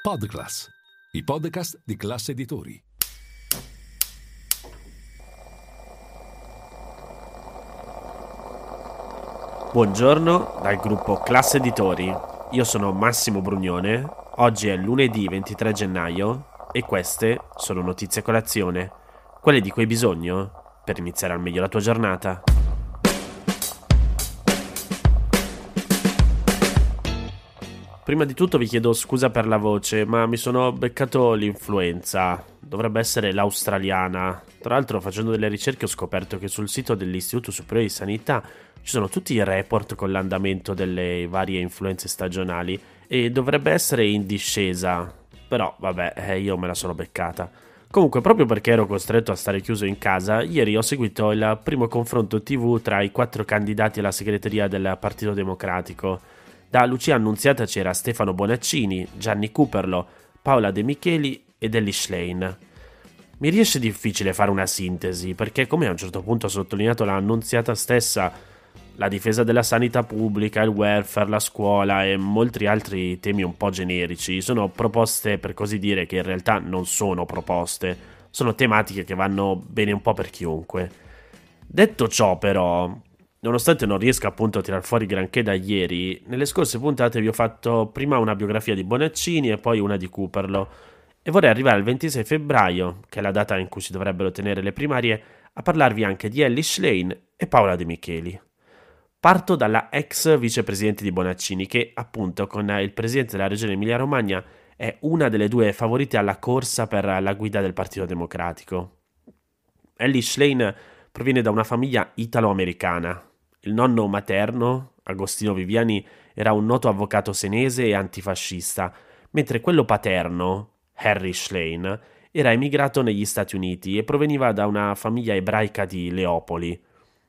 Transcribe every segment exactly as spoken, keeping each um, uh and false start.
Podclass, i podcast di Classe Editori. Buongiorno dal gruppo Classe Editori. Io sono Massimo Brugnone. Oggi è lunedì ventitré gennaio e queste sono notizie a colazione, quelle di cui hai bisogno per iniziare al meglio la tua giornata. Prima di tutto vi chiedo scusa per la voce, ma mi sono beccato l'influenza. Dovrebbe essere l'australiana. Tra l'altro, facendo delle ricerche ho scoperto che sul sito dell'Istituto Superiore di Sanità ci sono tutti i report con l'andamento delle varie influenze stagionali e dovrebbe essere in discesa. Però, vabbè, eh, io me la sono beccata. Comunque, proprio perché ero costretto a stare chiuso in casa, ieri ho seguito il primo confronto tivù tra i quattro candidati alla segreteria del Partito Democratico. Da Lucia Annunziata c'era Stefano Bonaccini, Gianni Cooperlo, Paola De Micheli ed Elly Schlein. Mi riesce difficile fare una sintesi, perché come a un certo punto ha sottolineato la Annunziata stessa, la difesa della sanità pubblica, il welfare, la scuola e molti altri temi un po' generici sono proposte, per così dire, che in realtà non sono proposte, sono tematiche che vanno bene un po' per chiunque. Detto ciò, però, nonostante non riesca appunto a tirar fuori granché da ieri, nelle scorse puntate vi ho fatto prima una biografia di Bonaccini e poi una di Cooperlo e vorrei arrivare al ventisei febbraio, che è la data in cui si dovrebbero tenere le primarie, a parlarvi anche di Elly Schlein e Paola De Micheli. Parto dalla ex vicepresidente di Bonaccini che appunto con il presidente della regione Emilia-Romagna è una delle due favorite alla corsa per la guida del Partito Democratico. Elly Schlein proviene da una famiglia italo-americana. Il nonno materno, Agostino Viviani, era un noto avvocato senese e antifascista, mentre quello paterno, Harry Schlein, era emigrato negli Stati Uniti e proveniva da una famiglia ebraica di Leopoli.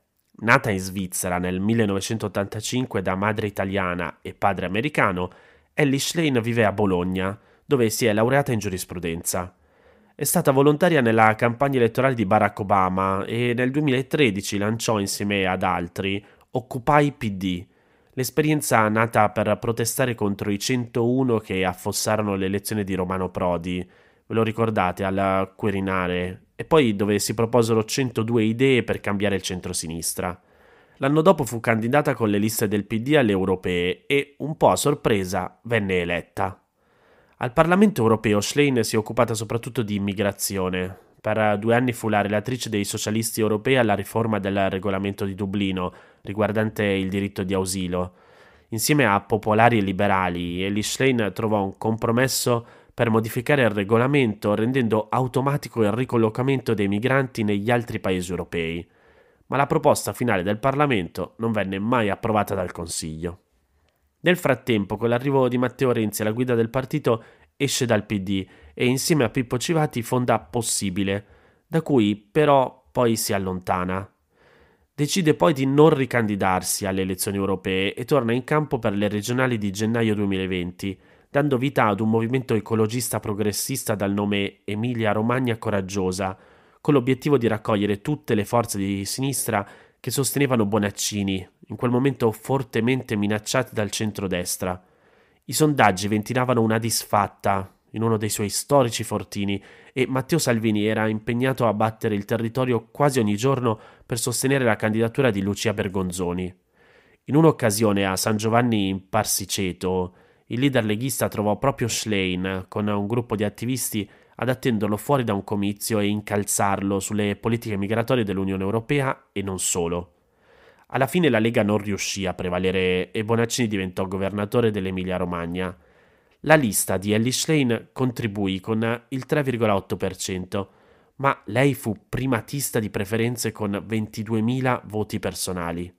Nata in Svizzera nel millenovecentottantacinque da madre italiana e padre americano, Elly Schlein vive a Bologna, dove si è laureata in giurisprudenza. È stata volontaria nella campagna elettorale di Barack Obama e nel duemilatredici lanciò insieme ad altri Occupy P D, l'esperienza nata per protestare contro i centouno che affossarono l'elezione di Romano Prodi, ve lo ricordate, al Quirinale, e poi dove si proposero centodue idee per cambiare il centrosinistra. L'anno dopo fu candidata con le liste del P D alle europee e, un po' a sorpresa, venne eletta. Al Parlamento europeo Schlein si è occupata soprattutto di immigrazione. Per due anni fu la relatrice dei socialisti europei alla riforma del regolamento di Dublino, riguardante il diritto di asilo. Insieme a popolari e liberali, Elly Schlein trovò un compromesso per modificare il regolamento rendendo automatico il ricollocamento dei migranti negli altri paesi europei. Ma la proposta finale del Parlamento non venne mai approvata dal Consiglio. Nel frattempo, con l'arrivo di Matteo Renzi alla guida del partito, esce dal P D e insieme a Pippo Civati fonda Possibile, da cui però poi si allontana. Decide poi di non ricandidarsi alle elezioni europee e torna in campo per le regionali di gennaio duemilaventi, dando vita ad un movimento ecologista progressista dal nome Emilia Romagna Coraggiosa, con l'obiettivo di raccogliere tutte le forze di sinistra che sostenevano Bonaccini, in quel momento fortemente minacciati dal centrodestra. I sondaggi ventilavano una disfatta in uno dei suoi storici fortini e Matteo Salvini era impegnato a battere il territorio quasi ogni giorno per sostenere la candidatura di Lucia Bergonzoni. In un'occasione a San Giovanni in Parsiceto, il leader leghista trovò proprio Schlein con un gruppo di attivisti ad attenderlo fuori da un comizio e incalzarlo sulle politiche migratorie dell'Unione Europea e non solo. Alla fine la Lega non riuscì a prevalere e Bonaccini diventò governatore dell'Emilia-Romagna. La lista di Elly Schlein contribuì con il tre virgola otto per cento, ma lei fu primatista di preferenze con ventiduemila voti personali.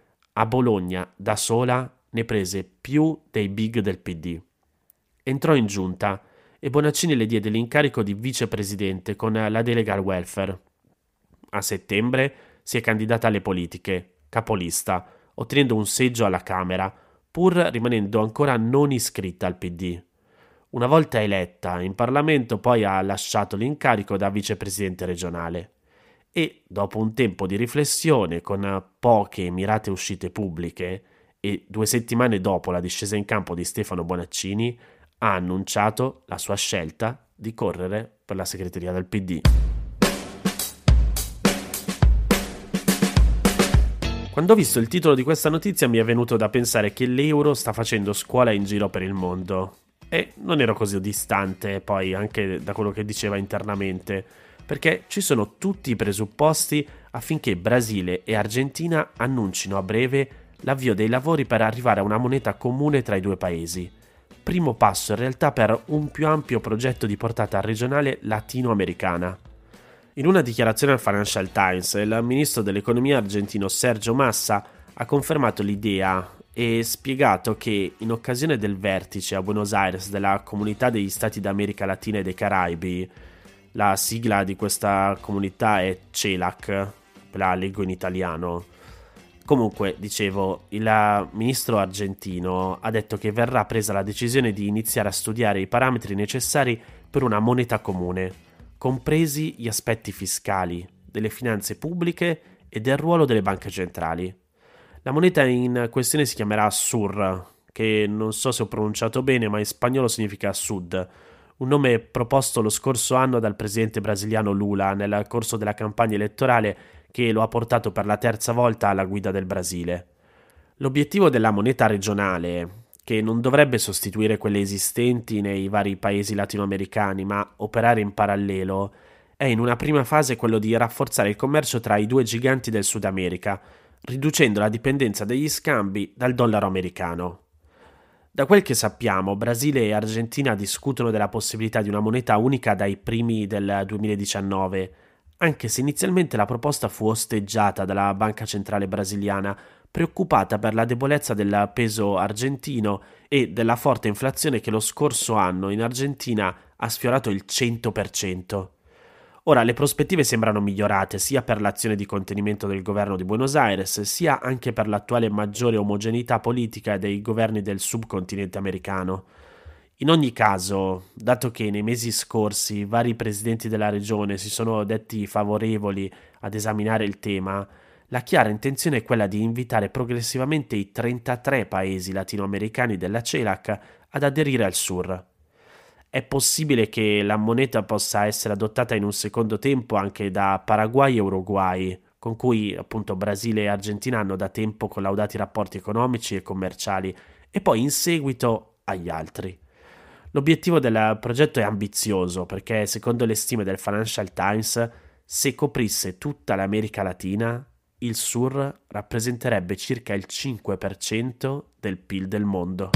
A Bologna, da sola, ne prese più dei big del P D. Entrò in giunta e Bonaccini le diede l'incarico di vicepresidente con la delega al welfare. A settembre si è candidata alle politiche, capolista, ottenendo un seggio alla Camera, pur rimanendo ancora non iscritta al P D. Una volta eletta in Parlamento poi ha lasciato l'incarico da vicepresidente regionale e, dopo un tempo di riflessione con poche e mirate uscite pubbliche e due settimane dopo la discesa in campo di Stefano Bonaccini, ha annunciato la sua scelta di correre per la segreteria del P D. Quando ho visto il titolo di questa notizia mi è venuto da pensare che l'euro sta facendo scuola in giro per il mondo. E non ero così distante poi anche da quello che diceva internamente, perché ci sono tutti i presupposti affinché Brasile e Argentina annuncino a breve l'avvio dei lavori per arrivare a una moneta comune tra i due paesi. Primo passo in realtà per un più ampio progetto di portata regionale latinoamericana. In una dichiarazione al Financial Times, il ministro dell'economia argentino Sergio Massa ha confermato l'idea e spiegato che in occasione del vertice a Buenos Aires della Comunità degli Stati d'America Latina e dei Caraibi, la sigla di questa comunità è CELAC, la leggo in italiano. Comunque, dicevo, il ministro argentino ha detto che verrà presa la decisione di iniziare a studiare i parametri necessari per una moneta comune, compresi gli aspetti fiscali, delle finanze pubbliche e del ruolo delle banche centrali. La moneta in questione si chiamerà SUR, che non so se ho pronunciato bene, ma in spagnolo significa Sud, un nome proposto lo scorso anno dal presidente brasiliano Lula nel corso della campagna elettorale che lo ha portato per la terza volta alla guida del Brasile. L'obiettivo della moneta regionale, che non dovrebbe sostituire quelle esistenti nei vari paesi latinoamericani, ma operare in parallelo, è in una prima fase quello di rafforzare il commercio tra i due giganti del Sud America, riducendo la dipendenza degli scambi dal dollaro americano. Da quel che sappiamo, Brasile e Argentina discutono della possibilità di una moneta unica dai primi del duemiladiciannove, anche se inizialmente la proposta fu osteggiata dalla Banca Centrale Brasiliana, preoccupata per la debolezza del peso argentino e della forte inflazione che lo scorso anno in Argentina ha sfiorato il cento per cento. Ora le prospettive sembrano migliorate sia per l'azione di contenimento del governo di Buenos Aires, sia anche per l'attuale maggiore omogeneità politica dei governi del subcontinente americano. In ogni caso, dato che nei mesi scorsi vari presidenti della regione si sono detti favorevoli ad esaminare il tema, la chiara intenzione è quella di invitare progressivamente i trentatré paesi latinoamericani della CELAC ad aderire al SUR. È possibile che la moneta possa essere adottata in un secondo tempo anche da Paraguay e Uruguay, con cui appunto Brasile e Argentina hanno da tempo collaudati rapporti economici e commerciali, e poi in seguito agli altri. L'obiettivo del progetto è ambizioso perché, secondo le stime del Financial Times, se coprisse tutta l'America Latina, il SUR rappresenterebbe circa il cinque per cento del P I L del mondo.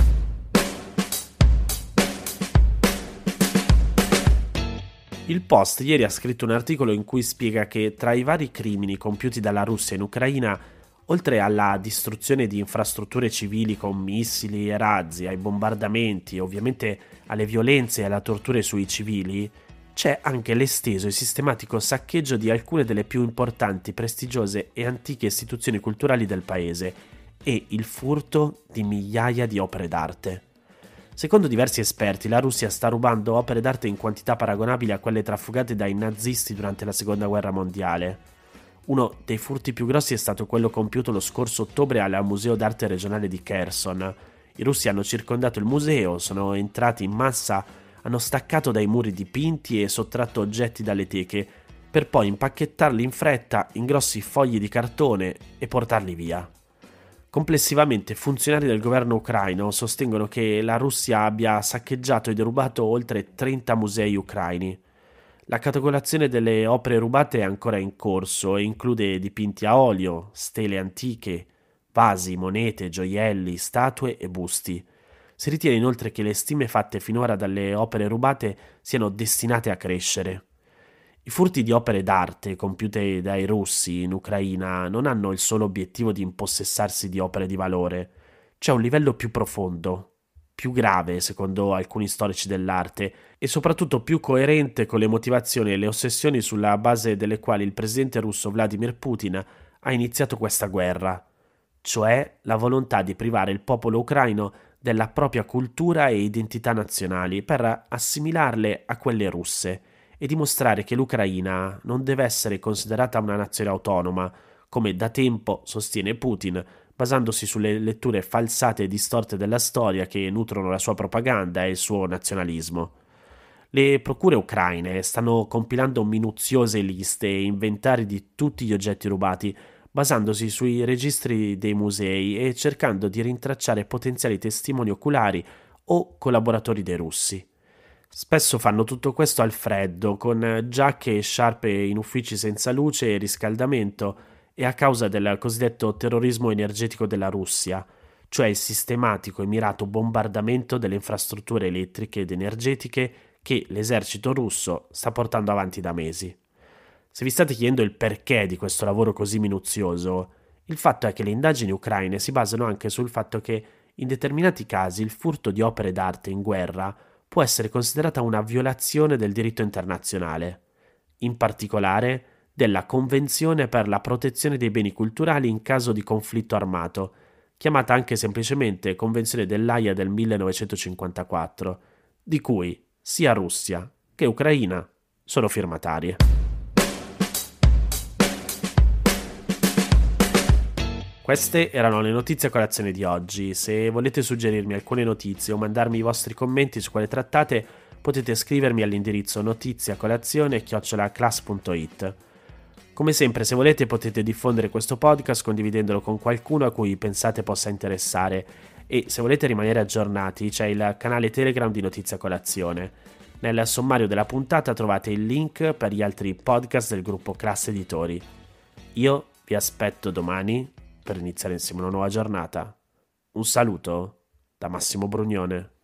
Il Post ieri ha scritto un articolo in cui spiega che tra i vari crimini compiuti dalla Russia in Ucraina, oltre alla distruzione di infrastrutture civili con missili e razzi, ai bombardamenti, ovviamente alle violenze e alla tortura sui civili, c'è anche l'esteso e sistematico saccheggio di alcune delle più importanti, prestigiose e antiche istituzioni culturali del paese e il furto di migliaia di opere d'arte. Secondo diversi esperti, la Russia sta rubando opere d'arte in quantità paragonabili a quelle trafugate dai nazisti durante la Seconda Guerra Mondiale. Uno dei furti più grossi è stato quello compiuto lo scorso ottobre al Museo d'Arte regionale di Kherson. I russi hanno circondato il museo, sono entrati in massa, hanno staccato dai muri dipinti e sottratto oggetti dalle teche, per poi impacchettarli in fretta in grossi fogli di cartone e portarli via. Complessivamente, funzionari del governo ucraino sostengono che la Russia abbia saccheggiato e derubato oltre trenta musei ucraini. La catalogazione delle opere rubate è ancora in corso e include dipinti a olio, stele antiche, vasi, monete, gioielli, statue e busti. Si ritiene inoltre che le stime fatte finora dalle opere rubate siano destinate a crescere. I furti di opere d'arte compiute dai russi in Ucraina non hanno il solo obiettivo di impossessarsi di opere di valore. C'è un livello più profondo, più grave secondo alcuni storici dell'arte e soprattutto più coerente con le motivazioni e le ossessioni sulla base delle quali il presidente russo Vladimir Putin ha iniziato questa guerra, cioè la volontà di privare il popolo ucraino della propria cultura e identità nazionali per assimilarle a quelle russe e dimostrare che l'Ucraina non deve essere considerata una nazione autonoma, come da tempo sostiene Putin, basandosi sulle letture falsate e distorte della storia che nutrono la sua propaganda e il suo nazionalismo. Le procure ucraine stanno compilando minuziose liste e inventari di tutti gli oggetti rubati, basandosi sui registri dei musei e cercando di rintracciare potenziali testimoni oculari o collaboratori dei russi. Spesso fanno tutto questo al freddo, con giacche e sciarpe in uffici senza luce e riscaldamento, e a causa del cosiddetto terrorismo energetico della Russia, cioè il sistematico e mirato bombardamento delle infrastrutture elettriche ed energetiche che l'esercito russo sta portando avanti da mesi. Se vi state chiedendo il perché di questo lavoro così minuzioso, il fatto è che le indagini ucraine si basano anche sul fatto che in determinati casi il furto di opere d'arte in guerra può essere considerata una violazione del diritto internazionale, in particolare della Convenzione per la protezione dei beni culturali in caso di conflitto armato, chiamata anche semplicemente Convenzione dell'Aia del millenovecentocinquantaquattro, di cui sia Russia che Ucraina sono firmatarie. Queste erano le notizie a colazione di oggi. Se volete suggerirmi alcune notizie o mandarmi i vostri commenti su quelle trattate, potete scrivermi all'indirizzo notiziacolazione chiocciola class punto it. Come sempre, se volete potete diffondere questo podcast condividendolo con qualcuno a cui pensate possa interessare, e se volete rimanere aggiornati c'è il canale Telegram di Notizia Colazione. Nel sommario della puntata trovate il link per gli altri podcast del gruppo Class Editori. Io vi aspetto domani per iniziare insieme una nuova giornata. Un saluto da Massimo Brugnone.